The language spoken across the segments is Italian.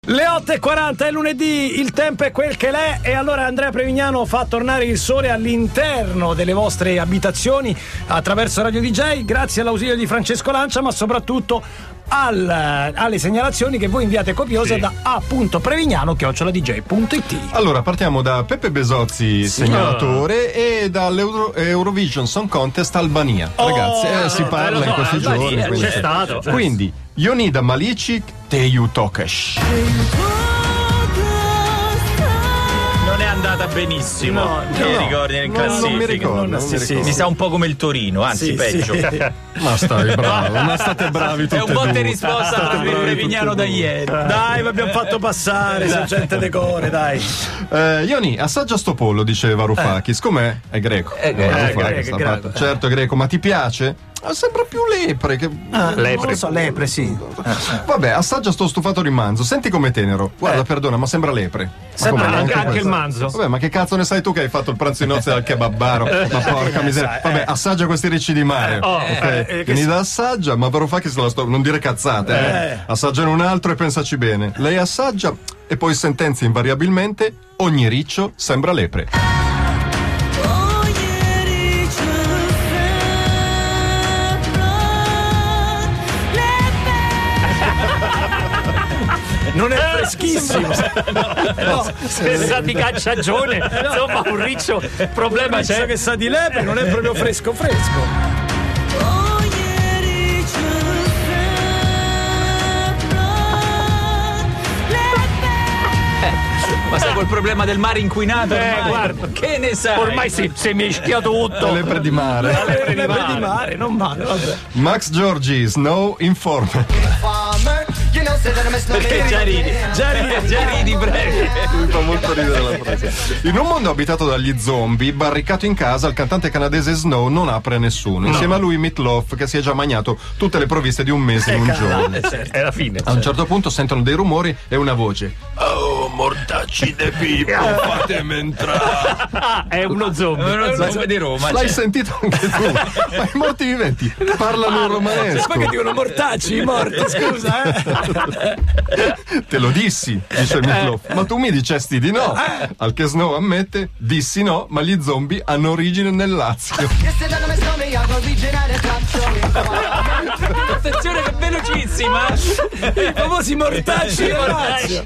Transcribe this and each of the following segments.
Le 8:40 è lunedì, il tempo è quel che l'è e allora Andrea Prevignano fa tornare il sole all'interno delle vostre abitazioni attraverso Radio DJ, grazie all'ausilio di Francesco Lancia, ma soprattutto alle segnalazioni che voi inviate copiose da a.prevignano@dj.it. Allora partiamo da Peppe Besozzi, segnalatore, e dall'Eurovision Song Contest Albania. Ragazzi, si parla in questi giorni. C'è stato. Quindi Jonida Malicic, Teju Tokesh. Non è andata benissimo. Ti ricordi nel classifica? Non mi ricordo. Mi sa un po' come il Torino, anzi peggio. Ma stai bravo, ma state bravi tutti. È un botta e risposta per Prevignano da ieri. Dai, vi abbiamo fatto passare, se gente decore, dai. Ioni, assaggia sto pollo, dice Varoufakis. Com'è? È greco. greco. Certo, è greco, ma ti piace? Sembra più lepre che. Lepre, sì. Vabbè, assaggia sto stufato di manzo. Senti com'è tenero. Guarda, perdona, ma sembra lepre. Sembra anche il manzo. Vabbè, ma che cazzo ne sai tu che hai fatto il pranzo di nozze al kebabbaro? Ma porca miseria. Vabbè, assaggia questi ricci di mare. Vieni da assaggia, ma Varoufakis non dire cazzate. Assaggiane un altro e pensaci bene. Lei assaggia e poi sentenzia invariabilmente: ogni riccio sembra lepre. Non è freschissimo. Sa di cacciagione. Insomma, un riccio. Problema c'è. Che sa di lepre, non è proprio fresco. Ma sai quel problema del mare inquinato? Guarda, che ne sai? Ormai si è mischiato tutto. Lepre di mare. Lepre di mare, non male, vabbè. Max Giorgi, Snow Informer. Perché già ridi, prego. Mi fa molto ridere la frase. In un mondo abitato dagli zombie, barricato in casa, il cantante canadese Snow non apre a nessuno. Insieme a lui Meat Loaf, che si è già mangiato tutte le provviste di un mese in un giorno. È la fine. A un certo punto sentono dei rumori e una voce: oh, mortacci de Pippo, fatemi entrare. È uno zombie di Roma. L'hai sentito anche tu? Ma i morti viventi parlano in romanesco. Ma che dicono mortacci, i morti, scusa, Te lo dissi, dice Meat Loaf, ma tu mi dicesti di no. Al che Snow ammette: dissi no, ma gli zombie hanno origine nel Lazio. Attenzione che è velocissima. I famosi mortacci del Lazio.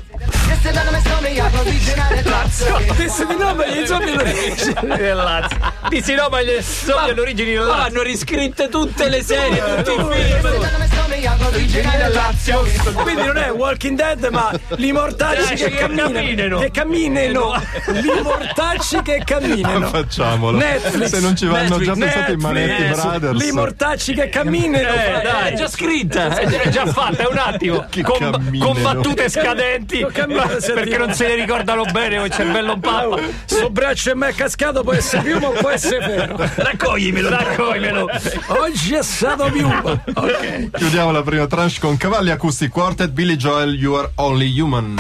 Dissi di no, ma gli zombie hanno origine del Lazio. Dissi no, ma gli zombie hanno origini nel Lazio. Hanno riscritte tutte le serie, tutti i film. Quindi non è Walking Dead, ma gli mortacci che camminano. Che camminano. Gli mortacci che camminano. Facciamolo. Netflix. Se non ci vanno già pensate i Manetti Brothers. Gli mortacci che camminano. Dai, è già scritta, è già fatta, è un attimo. Con battute scadenti. Perché non se ne ricordano bene con il cervello pappa. Sto braccio e me è cascato, può essere piuma o può essere ferro. Raccoglimelo. Oggi è stato piuma. Ok. Chiudiamo la prima tranche con Cavalli Acoustic Quartet, Billy Joel, You Are Only Human.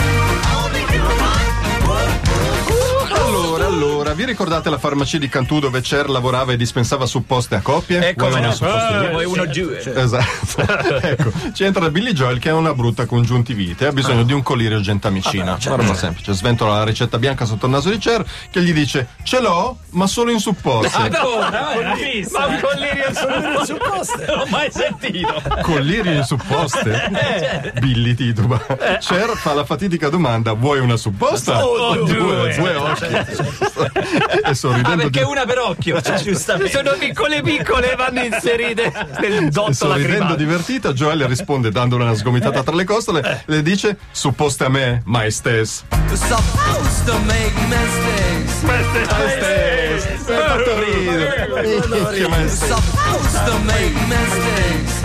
Allora, vi ricordate la farmacia di Cantù dove Cher lavorava e dispensava supposte a coppie? Come no? Vuoi uno giù. Esatto. Ecco, ci entra Billy Joel che ha una brutta congiuntivite, ha bisogno di un colirio gentamicina. Una roba semplice, sventola la ricetta bianca sotto il naso di Cher che gli dice: ce l'ho, ma solo in supposte. Ma un collirio in supposte? Non l'ho mai sentito. Collirio in supposte? Billy tituba. Cher fa la fatidica domanda: vuoi una supposta? Due occhi. E sorridendo perché una per occhio, giustamente. Sono piccole vanno inserite nel dotto sorridendo lacrimale. divertita, Joel risponde dandole una sgomitata tra le costole, le dice: supposte a me, my stess. Supposed to make mistakes. Mi ha fatto ridere. Supposed to make mistakes.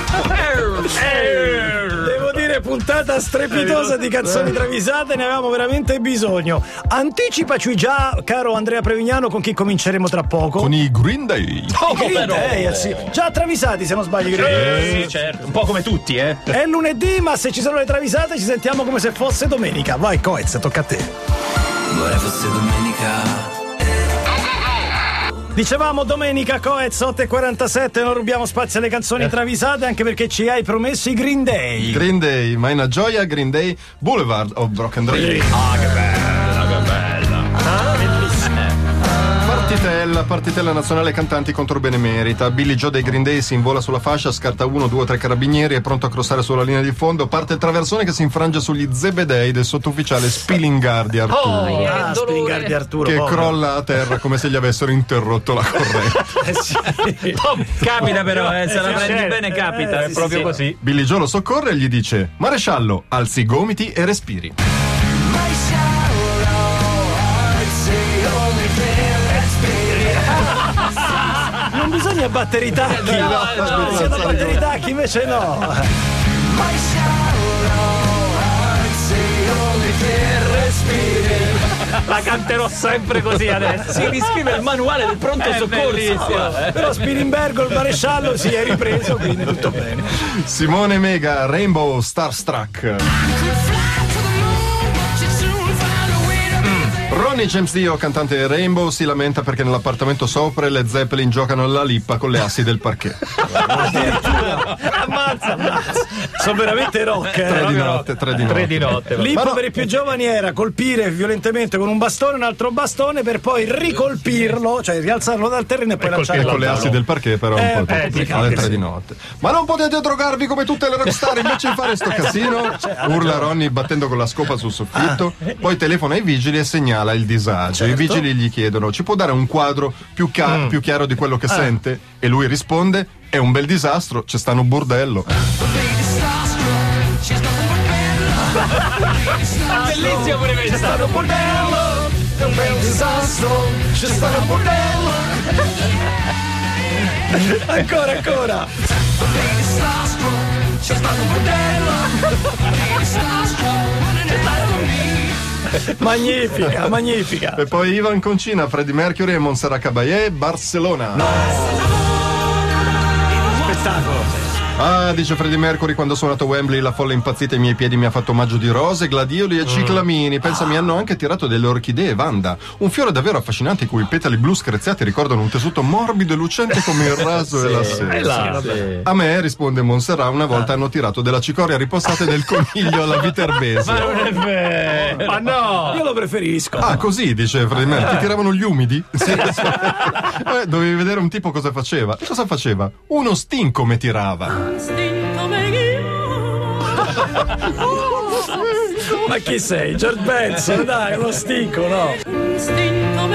Devo dire, puntata strepitosa di canzoni travisate, ne avevamo veramente bisogno. Anticipaci già, caro Andrea Prevignano, con chi cominceremo tra poco. Con i Green Day. Green Day, sì. Già travisati, se non sbaglio. Sì, certo. Un po' come tutti, È lunedì, ma se ci sono le travisate ci sentiamo come se fosse domenica. Vai, Coez, tocca a te. Vorrei fosse domenica. Dicevamo domenica Coez 8:47, non rubiamo spazio alle canzoni travisate, anche perché ci hai promesso i Green Day. Green Day, Maina Gioia, Green Day, Boulevard of Broken Dreams. Ah, che bella, che bella. Partitella nazionale cantanti contro Benemerita. Billy Joe dei Green Day si invola sulla fascia, scarta 1, 2 o 3 carabinieri, è pronto a crossare sulla linea di fondo, parte il traversone che si infrange sugli zebedei del sottufficiale Spillingardi Arturo. Spillingardi Arturo che crolla a terra come se gli avessero interrotto la corrente. Sì. Capita però, se la prendi bene capita, è proprio così. Billy Joe lo soccorre e gli dice: maresciallo, alzi i gomiti e respiri. Non bisogna battere i tacchi, bisogna battere i tacchi, invece no. La canterò sempre così adesso. Si riscrive il manuale del pronto soccorso. Però Spilimbergo, il maresciallo, si è ripreso, quindi tutto bene. Simone Mega, Rainbow Starstruck. Ronnie James Dio, cantante Rainbow, si lamenta perché nell'appartamento sopra le Zeppelin giocano alla lippa con le assi del parquet. Ammazza. Sono veramente rock. 3 di notte. Lippa per i più giovani era colpire violentemente con un bastone un altro bastone per poi ricolpirlo, cioè rialzarlo dal terreno e poi lanciarlo con le assi del parquet, però un po' alle 3 di notte. Ma non potete drogarvi come tutte le rockstar invece di fare sto casino? Urla Ronnie battendo con la scopa sul soffitto, poi telefona ai vigili e segnala il disagio. I vigili gli chiedono: ci può dare un quadro più chiaro di quello che sente? E lui risponde: è un bel disastro, c'è sta un bordello. Bellissimo pure questo. C'è stato un bordello, è un bel disastro, c'è stato un bordello. Ancora. C'è stato un bordello. Magnifica. E poi Ivan Concina, Freddie Mercury e Montserrat Caballé, Barcellona. Spettacolo. Ah, dice Freddie Mercury, quando ho suonato Wembley la folla impazzita ai miei piedi mi ha fatto omaggio di rose, gladioli e ciclamini. Pensa, mi hanno anche tirato delle orchidee Vanda, un fiore davvero affascinante i cui petali blu screziati ricordano un tessuto morbido e lucente come il raso e la seta. A me, risponde Montserrat, una volta hanno tirato della cicoria riposata e del coniglio alla viterbese. Ma non è vero. Ma no, io lo preferisco. Ah, così, dice Freddie Mercury, ti tiravano gli umidi? Sì. Dovevi vedere un tipo cosa faceva. E cosa faceva? Uno stinco me tirava. Ma chi sei? George Benson, dai, lo stinco, no? Stinco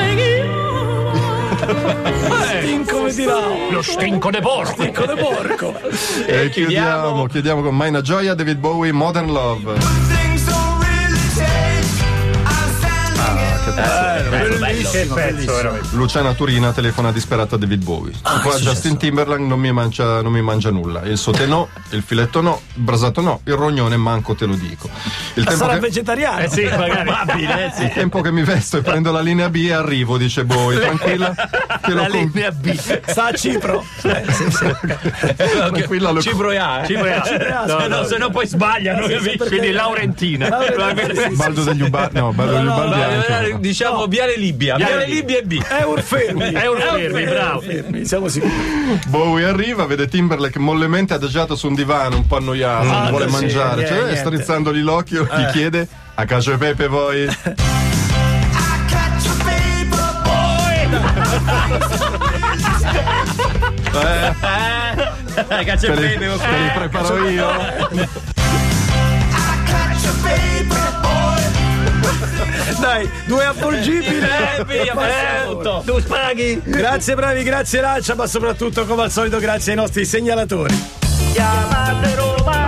mi dirà. Lo stinco de porco. E chiudiamo con Maina Gioia, David Bowie, Modern Love. Che pezzo veramente. Luciana Turina telefona disperata a David Bowie. Qua Justin Timberlake non mi mangia nulla. Il sauté no, il filetto no, il brasato no, il rognone manco te lo dico. Sarà vegetariano? Sì, magari. Il tempo che mi vesto e prendo la linea B e arrivo, dice Bowie. Tranquilla. Linea B. Sta a Cipro. Tranquilla. Cipro A. No, se no poi sbagliano. Quindi Laurentina. Baldo degli Ubaldi. No, Baldo degli Ubaldi anche. Diciamo Viale Libia. Viale Libia e B. Eurfermi, bravo. Siamo sicuri. Bowie arriva, vede Timberlake mollemente adagiato su un divano, un po' annoiato, non vuole mangiare, strizzandogli l'occhio, gli chiede: a cacio e pepe voi? Cacio e pepe, te li preparo io. Dai, 2 avvolgibili. Tu spaghi. Grazie bravi, grazie Lancia, ma soprattutto come al solito grazie ai nostri segnalatori. Chiamate Roma.